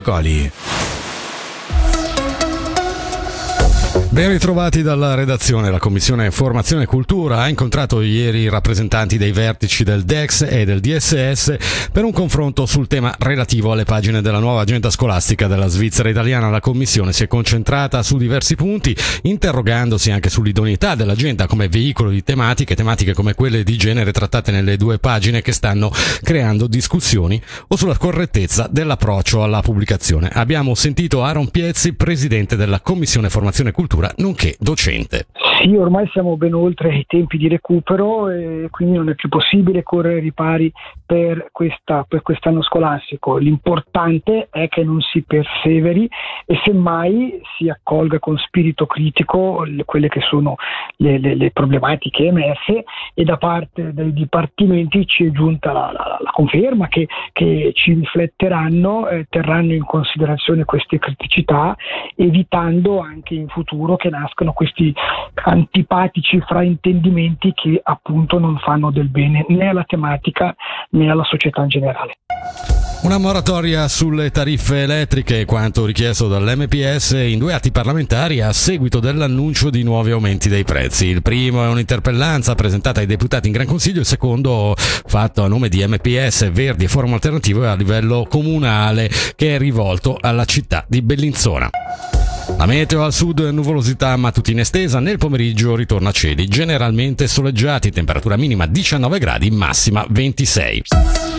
Coli. Ben ritrovati dalla redazione. La Commissione Formazione e Cultura ha incontrato ieri i rappresentanti dei vertici del DEX e del DSS per un confronto sul tema relativo alle pagine della nuova agenda scolastica della Svizzera italiana. La Commissione si è concentrata su diversi punti, interrogandosi anche sull'idoneità dell'agenda come veicolo di tematiche come quelle di genere trattate nelle due pagine che stanno creando discussioni, o sulla correttezza dell'approccio alla pubblicazione. Abbiamo sentito Aaron Piezzi, presidente della Commissione Formazione e Cultura, nonché docente. Sì, ormai siamo ben oltre i tempi di recupero e quindi non è più possibile correre ripari per quest'anno scolastico. L'importante è che non si perseveri e semmai si accolga con spirito critico quelle che sono le problematiche emerse, e da parte dei dipartimenti ci è giunta la conferma che ci rifletteranno, terranno in considerazione queste criticità, evitando anche in futuro che nascano questi antipatici fraintendimenti che appunto non fanno del bene né alla tematica né alla società in generale. Una moratoria sulle tariffe elettriche, quanto richiesto dall'MPS in due atti parlamentari a seguito dell'annuncio di nuovi aumenti dei prezzi. Il primo è un'interpellanza presentata ai deputati in Gran Consiglio, il secondo fatto a nome di MPS, Verdi e Forum Alternativo a livello comunale, che è rivolto alla città di Bellinzona. La meteo: al sud nuvolosità mattutina estesa, nel pomeriggio ritorna a cieli generalmente soleggiati, temperatura minima 19 gradi, massima 26.